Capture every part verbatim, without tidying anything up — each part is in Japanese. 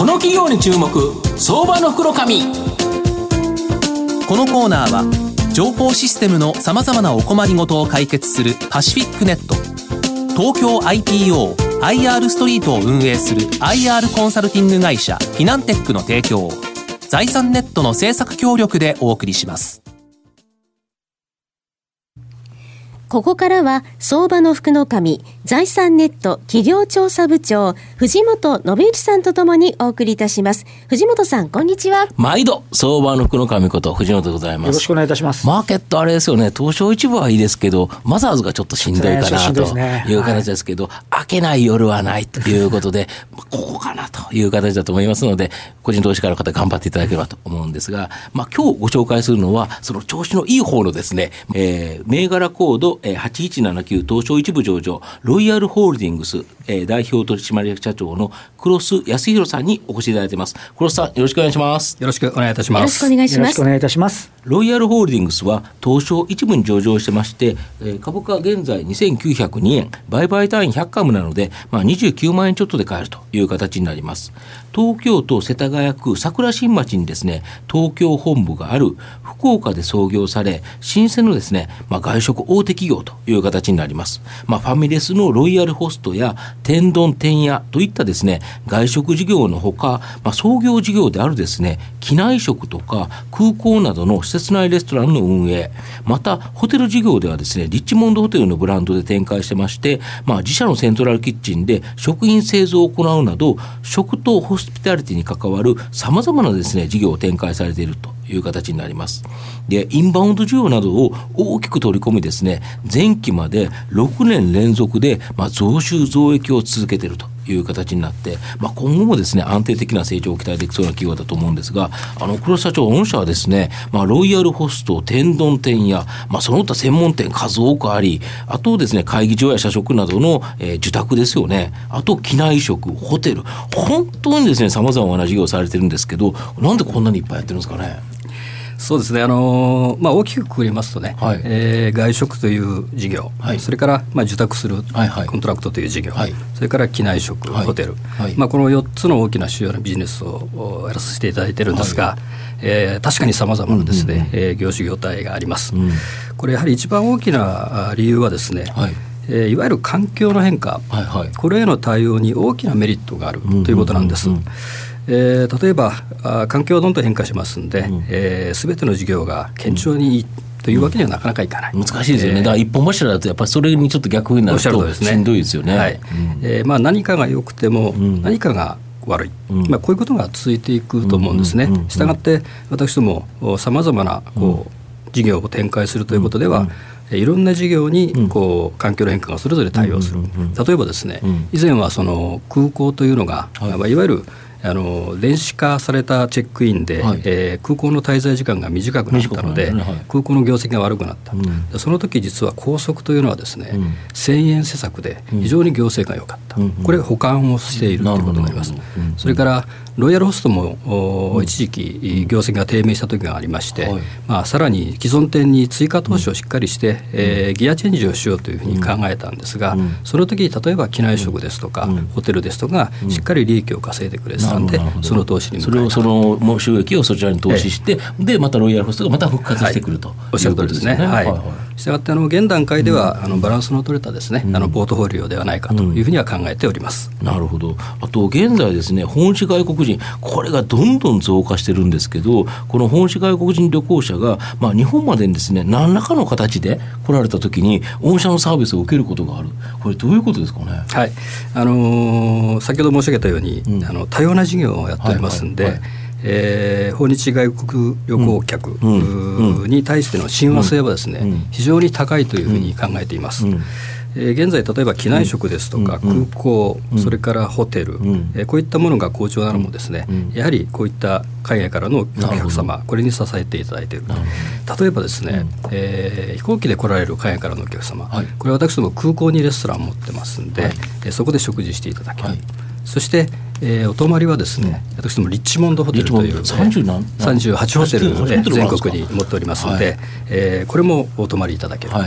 この企業に注目、相場の福の神。 このコーナーは情報システムのさまざまなお困りごとを解決するパシフィックネット、東京 アイピーオー アイアール ストリートを運営する アイアール コンサルティング会社フィナンテックの提供、財産ネットの制作協力でお送りします。 ここからは相場の福の神、財産ネット企業調査部長藤本信之さんとともにお送りいたします。藤本さん、こんにちは。 毎度相場の福の神こと藤本でございます。 よろしくお願いいたします。 マーケットあれですよね、東証一部はいいですけどマザーズがちょっとしんどいかなという形ですけど、はい、開けない夜はないということでここかなという形だと思いますので、個人投資家の方頑張っていただければと思うんですが、まあ、今日ご紹介するのはその調子のいい方のですね、えー、銘柄コードはちいちななきゅう東証一部上場ロイヤルホールディングス、えー、代表取締役社長の黒須康弘さんにお越しいただいています。黒須さん、よろしくお願いします。 よろしくお願いいたします。 よろしくお願いします。 よろしくお願いいたします。 ロイヤルホールディングスは東証一部に上場してまして、えー、株価現在にせんきゅうひゃくにえん、売買単位ひゃっかぶなので、まあ、にじゅうきゅうまんえんちょっとで買えるという形になります。東京都世田谷区桜新町にですね、東京本部がある福岡で創業され、新鮮のですね、まあ、外食大手企業という形になります。まあ、ファミレスのロイヤルホストや天丼天屋といったですね、外食事業のほか、まあ、創業事業であるですね、機内食とか空港などの施設内レストランの運営、またホテル事業ではですね、リッチモンドホテルのブランドで展開してまして、まあ、自社のセントラルキッチンで食品製造を行うなど、食とホスピタリティに関わるさまざまなですね、事業を展開されているという形になります。で、インバウンド需要などを大きく取り込みですね、前期までろくねん連続で、まあ、増収増益を続けているという形になって、まあ、今後もですね、安定的な成長を期待できそうな企業だと思うんですが、あの黒須社長、御社はですね、まあ、ロイヤルホスト、天丼店や、まあ、その他専門店数多くあり、あとですね、会議場や社食などの、えー、受託ですよね、あと機内食、ホテル、本当にですね、様々な事業をされてるんですけど、なんでこんなにいっぱいやってるんですかね。 そうですね、あのーまあ、大きくくくりますとね、はい、えー、外食という事業、はい、それから、まあ、受託するコントラクトという事業、はいはい、それから機内食、はい、ホテル、はい、まあ、このよっつの大きな主要なビジネスをやらさせていただいているんですが、はい、えー、確かにさまざまなですね、うんうん、えー、業種業態があります、うん、これやはり一番大きな理由はですね、はい、えー、いわゆる環境の変化、はいはい、これへの対応に大きなメリットがあるということなんです、うんうんうんうん、えー、例えばあ環境はどんどん変化しますので、うん、えー、全ての事業が堅調にいいというわけにはなかなかいかない、 うん、難しいですよね、えー、だから一本柱だとやっぱりそれにちょっと逆になるとしんどいですよね、はい、うん、 えーまあ、何かが良くても何かが悪い、うん、まあ、こういうことが続いていくと思うんですね。したがって私どもさまざまなこう事業を展開するということでは、いろんな事業にこう環境の変化がそれぞれ対応する、例えばですね、以前はその空港というのが、はい、いわゆるあの電子化されたチェックインで、はい、えー、空港の滞在時間が短くなったので、ね、はい、空港の業績が悪くなった、うん、その時実は高速というのはですね、うん、せんえん施策で非常に業績が良かった、うん、これ保管をしているということになります、うん、それからロイヤルホストも、うん、一時期業績が低迷した時がありまして、はい、まあ、さらに既存店に追加投資をしっかりして、うん、えー、ギアチェンジをしようというふうに考えたんですが、うん、その時例えば機内食ですとか、うん、ホテルですとかしっかり利益を稼いでくれてたので、その投資に向かいたそれをその収益をそちらに投資して、ええ、でまたロイヤルホストがまた復活してくると、はい、 おっしゃる通りですね。はいはいはい、したがってあの現段階では、うん、あのバランスの取れたですね、うん、あのポートフォリオではないかというふうには考えております、 うん、なるほど。あと現在ですね、本市外国人これがどんどん増加してるんですけど、この本市外国人旅行者が、まあ、日本までにですね何らかの形で来られた時に御社のサービスを受けることがある、これどういうことですかね。 はい、あのー、先ほど申し上げたように、うん、あの多様な事業をやっておりますので、はいはいはい、えー、訪日外国旅行客に対しての親和性はですね、うんうん、非常に高いというふうに考えています、うんうん、えー、現在例えば機内食ですとか、うん、空港、うん、それからホテル、うん、えー、こういったものが好調なのもですね、うん、やはりこういった海外からのお客様、これに支えていただいている。例えばですね、うん、えー、飛行機で来られる海外からのお客様、はい、これは私ども空港にレストランを持ってますんで、はい、えー、そこで食事していただける、はい、そしてえー、お泊まりはですね、うん、私どもリッチモンドホテルという、ね、さんじゅうはちホテルを全国に持っておりますので、はい、えー、これもお泊まりいただける、はい、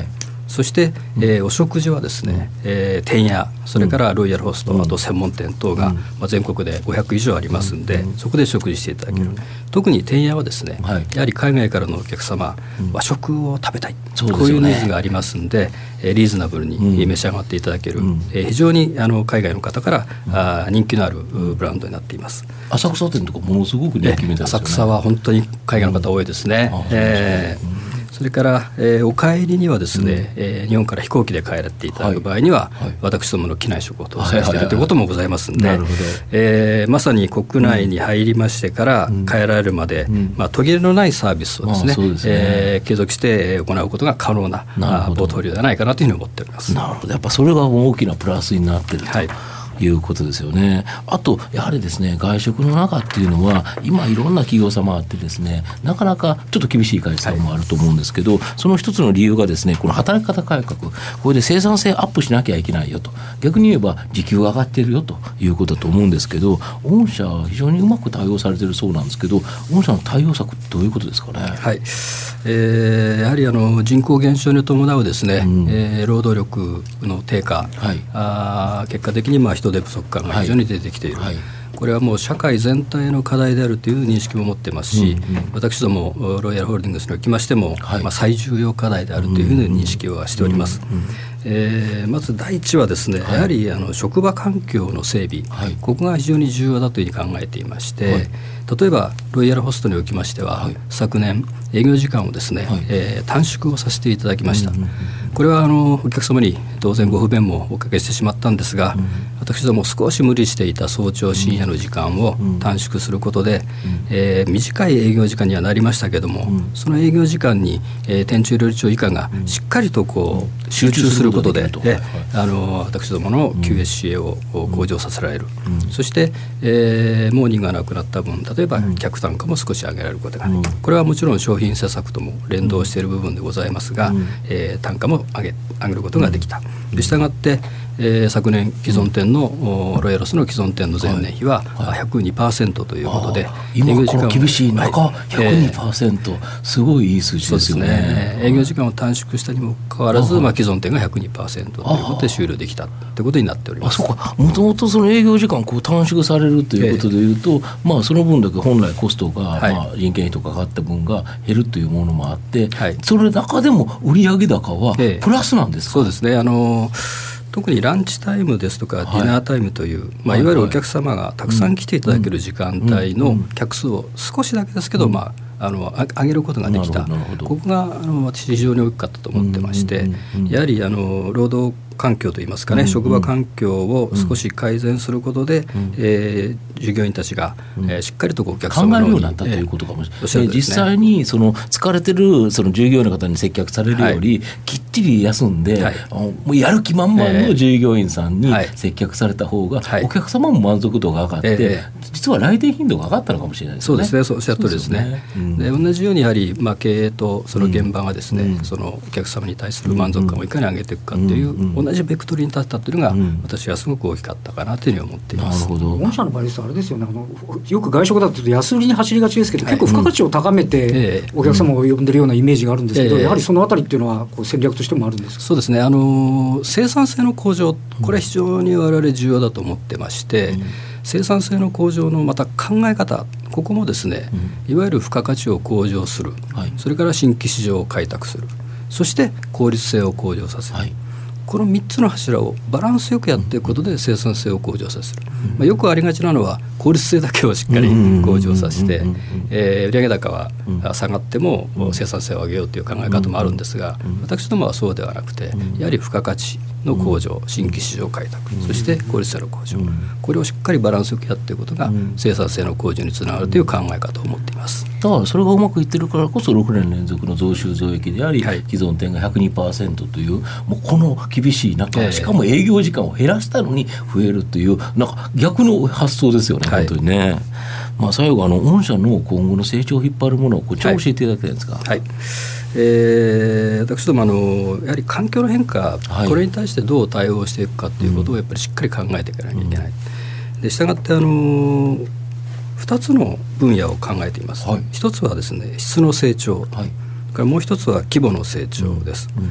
そして、えー、お食事はですね、えー、店屋、それからロイヤルホスト、あと専門店等が、まあ、全国でごひゃく以上ありますんで、そこで食事していただける。特に店屋はですね、はい、やはり海外からのお客様、和食を食べたい、こういうニーズがありますんで、えー、リーズナブルに召し上がっていただける、えー、非常にあの海外の方から、あ人気のあるブランドになっています。 浅草店とかものすごく人気みたいですよね。 浅草は本当に海外の方多いですね。うんえーそれから、えー、お帰りにはですね、うんえー、日本から飛行機で帰られていただく場合には、はいはい、私どもの機内食を搭載しているということもございますので、えー、まさに国内に入りましてから帰られるまで、うんまあ、途切れのないサービスをですね、そうですね、えー、継続して行うことが可能なポートフォリオではないかなというふうに思っております。 なるほど、やっぱそれが大きなプラスになっていると、はいいうことですよね。あとやはりですね、外食の中っていうのは今いろんな企業様あってですね、なかなかちょっと厳しい会社もあると思うんですけど、はい、その一つの理由がですね、この働き方改革、これで生産性アップしなきゃいけないよと、逆に言えば時給が上がってるよということだと思うんですけど、御社非常にうまく対応されてるそうなんですけど、御社の対応策ってどういうことですかね。 はい、えー、やはりあの人口減少に伴うですね、うんえー、労働力の低下、はい、あ結果的にまあ人手不足感が非常に出てきている、はいはい、これはもう社会全体の課題であるという認識も持っていますし、うんうん、私どもロイヤルホールディングスにおきましても、はいまあ、最重要課題であるというふうに認識はしております、うんうんえー、まず第一はですね、はい、やはりあの職場環境の整備、はい、ここが非常に重要だというふうに考えていまして、はい、例えばロイヤルホストにおきましては、はい、昨年営業時間をですね、はいえー、短縮をさせていただきました、うんうんうん、これはあのお客様に当然ご不便もおかけしてしまったんですが、うん、私ども少し無理していた早朝深夜の時間を短縮することで、うんえー、短い営業時間にはなりましたけども、うん、その営業時間に、えー、店長料理長以下がしっかりとこう集中することで、えあの私どもの キューエスシーエー を向上させられる、うん、そして、えー、モーニングがなくなった分、例えば客単価も少し上げられることができる、うん、これはもちろん商品施策とも連動している部分でございますが、うんえー、単価も上げ、上げることができた、うん、でしたがって、えー、昨年既存店の、うん、ロイヤルスの既存店の前年比は ひゃくにパーセント ということで、はい、 今この厳しい中、はい、ひゃくにパーセント、えー、すごいいい数字ですよね。そうですね、 営業時間を短縮したにもかかわらず、まあ、既存店が ひゃくにパーセント ということで終了できたということになっております。 あ、そうか、もともとその営業時間こう短縮されるということでいうと、えーまあ、その分だけ本来コストが、はいまあ、人件費とかかかった分が減るというものもあって、はい、それ中でも売上高はプラスなんですか。 えー、そうですね、あの特にランチタイムですとかディナータイムという、はいまあ、いわゆるお客様がたくさん来ていただける時間帯の客数を少しだけですけど、うんまああの上げることができた、ここがあの私非常に大きかったと思ってまして、うんうんうん、やはりあの労働環境といいますかね、うんうん、職場環境を少し改善することで、うんえー、従業員たちが、うんえー、しっかりとお客様の考えるようになったということかもしれない、えーね、実際にその疲れてるその従業員の方に接客されるより、はい、きっちり休んで、はい、もうやる気満々の従業員さんに接客された方が、はい、お客様も満足度が上がって、えー、実は来店頻度が上がったのかもしれないですね。 そうですね、そうおっしゃるとおりですね。で同じようにやはり、まあ、経営とその現場がですね、うん、そのお客様に対する満足感をいかに上げていくかという、うんうん、同じベクトルに立ったというのが、うん、私はすごく大きかったかなというふうに思っています。 なるほど。御社の場合ですとあれですよね、あのよく外食だと安売りに走りがちですけど、はい、結構付加価値を高めてお客様を呼んでるようなイメージがあるんですけど、うんえー、やはりそのあたりっていうのはこう戦略としてもあるんですか。 そうですね、あの生産性の向上、これは非常に我々重要だと思ってまして、うん、生産性の向上のまた考え方、ここもですね、うん、いわゆる付加価値を向上する、はい、それから新規市場を開拓する、そして効率性を向上させる、はい、このみっつの柱をバランスよくやっていくことで生産性を向上させる、うんまあ、よくありがちなのは効率性だけをしっかり向上させて、えー、売上高は下がっても生産性を上げようという考え方もあるんですが、私どもはそうではなくて、やはり付加価値の向上、新規市場開拓、そして効率性の向上、これをしっかりバランスよくやっていくことが生産性の向上につながるという考え方を持っています。 だからそれがうまくいってるからこそろくねん連続の増収増益であり、はい、既存店が ひゃくにパーセント という、もうこの厳しい中、えー、しかも営業時間を減らしたのに増えるというなんか逆の発想ですよね、はい、本当にね。まあ、最後あの御社の今後の成長を引っ張るものをこちら教えていただきたいんですか。 はい、はいえー、私どもあのやはり環境の変化、はい、これに対してどう対応していくかということをやっぱりしっかり考えていかなきゃいけない、うん、でしたがってあのふたつの分野を考えています、はい、ひとつはですね質の成長、はい、からもう一つは規模の成長です、うんうん、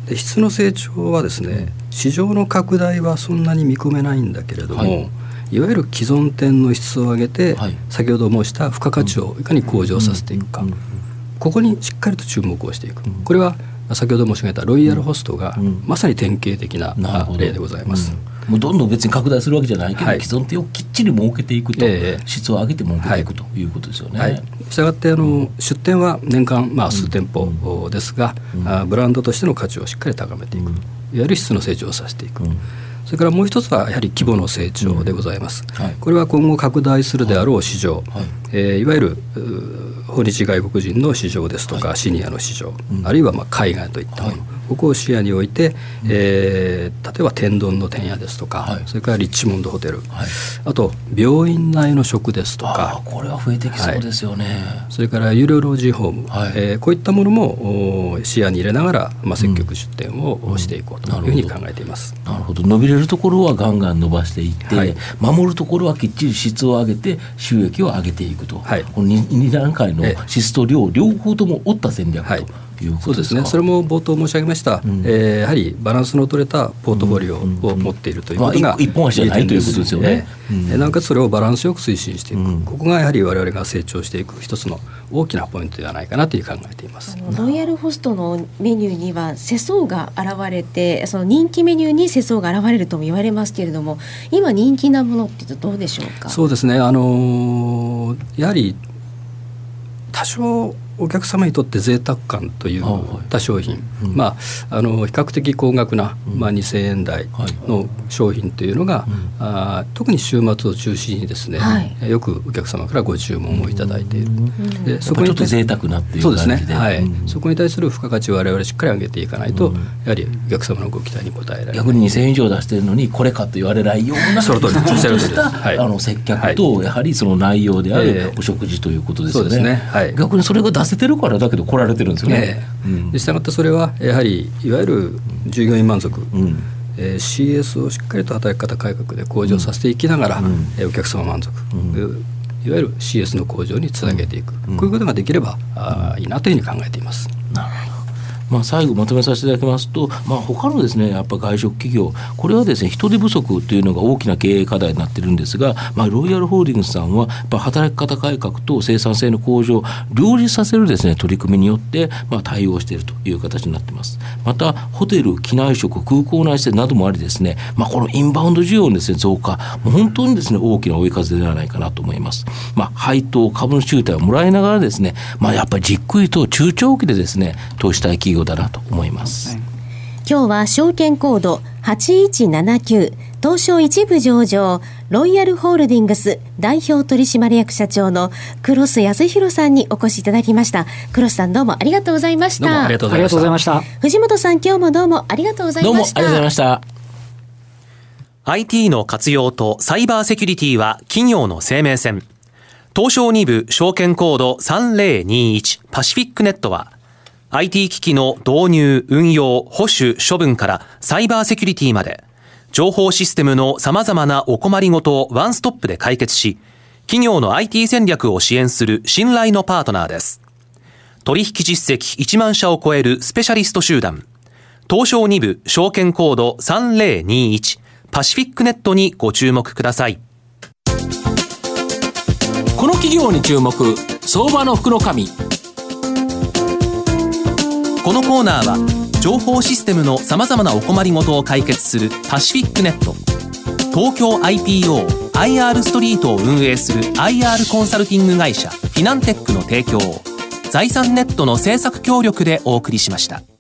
で質の成長はですね、市場の拡大はそんなに見込めないんだけれども、はい、いわゆる既存店の質を上げて、はい、先ほど申した付加価値をいかに向上させていくか、ここにしっかりと注目をしていく。これは先ほど申し上げたロイヤルホストがまさに典型的な例でございます。 うん、もうどんどん別に拡大するわけじゃないけど、はい、既存店をきっちり設けていくと、えー、質を上げて設けていくということですよね。はいはい、 したがってあの出店は年間、まあ、数店舗ですが、うんうん、ブランドとしての価値をしっかり高めていく、うん、いわゆる質の成長をさせていく、うん、それからもう一つはやはり規模の成長でございます。うん、はい、これは今後拡大するであろう市場、はいはい、えー、いわゆる訪日外国人の市場ですとか、はい、シニアの市場、うん、あるいはまあ海外といったもの、はい、ここを視野に置いて、うん、えー、例えば天丼の天屋ですとか、はい、それからリッチモンドホテル、はい、あと病院内の食ですとか、 あ、これは増えてきそうですよね。はい、 それから有料老人ホーム、はい、えー、こういったものも視野に入れながら、まあ、積極出店をしていこうというふうに考えています。 うんうん、なるほど。伸びれるところはガンガン伸ばしていって、はい、守るところはきっちり質を上げて収益を上げていくと、はい、この 2, 2段階の質と量両方とも折った戦略と、はい、 そうですね。それも冒頭申し上げました、うん、えー、やはりバランスの取れたポートフォリオを持っているということが、 まあ、一本足じゃないということですよね。 えーうん、なおかつそれをバランスよく推進していく、うん、ここがやはり我々が成長していく一つの大きなポイントではないかなという考えています。 あのロイヤルホストのメニューには世相が現れて、その人気メニューに世相が現れるとも言われますけれども、今人気なものってどうでしょうか。 そうですね、あのー、やはり多少お客様にとって贅沢感という他商品、うん、まあ、あの比較的高額な、うん、まあ、にせんえん台の商品というのが、うん、あ特に週末を中心にですね、はい、よくお客様からご注文をいただいている、うん、 でそこにちょっと贅沢なっていう感じで、 そうですね、はい、うん、そこに対する付加価値を我々しっかり上げていかないと、うん、やはりお客様のご期待に応えられない。 逆ににせんえん以上出してるのにこれかと言われないようなその通りとした、 はい、あの接客とやはりその内容であるお食事ということですよね。 そうですね、はい、 逆にそれが出せてるからだけど来られてるんですよね。 えーうん、したがってそれはやはりいわゆる従業員満足、うん、えー、シーエス をしっかりと働き方改革で向上させていきながら、うん、えー、お客様満足、うん、いわゆる シーエス の向上につなげていく、うん、こういうことができれば、うん、あいいなというふうに考えています。 なるほど。まあ、最後まとめさせていただきますと、まあ、他のですねやっぱ外食企業、これはですね人手不足というのが大きな経営課題になっているんですが、まあ、ロイヤルホールディングスさんはやっぱ働き方改革と生産性の向上を両立させるですね取り組みによって、まあ、対応しているという形になっています。またホテル、機内食、空港内施設などもありですね、まあ、このインバウンド需要のですね増加、もう本当にですね大きな追い風ではないかなと思います。まあ、配当、株の収益をもらいながらですね、まあ、やっぱりじっくりと中長期でですね投資したい企業だなと思います。 今日は証券コードはちいちななきゅう東証一部上場ロイヤルホールディングス代表取締役社長の黒須康弘さんにお越しいただきました。黒須さん、どうもありがとうございました。 どうもありがとうございました。 藤本さん、今日もどうもありがとうございました。 どうもありがとうございました。 アイティー の活用とサイバーセキュリティは企業の生命線。東証に部証券コードさんぜろにいちパシフィックネットはアイティー 機器の導入、運用、保守、処分からサイバーセキュリティまで情報システムの様々なお困りごとをワンストップで解決し、企業の アイティー 戦略を支援する信頼のパートナーです。取引実績いちまん社を超えるスペシャリスト集団、東証に部証券コードさんぜろにいちパシフィックネットにご注目ください。 この企業に注目、相場の福の神。 このコーナーは情報システムのさまざまなお困りごとを解決するパシフィックネット、東京 アイピーオー アイアール ストリートを運営する アイアール コンサルティング会社フィナンテックの提供を財産ネットの制作協力でお送りしました。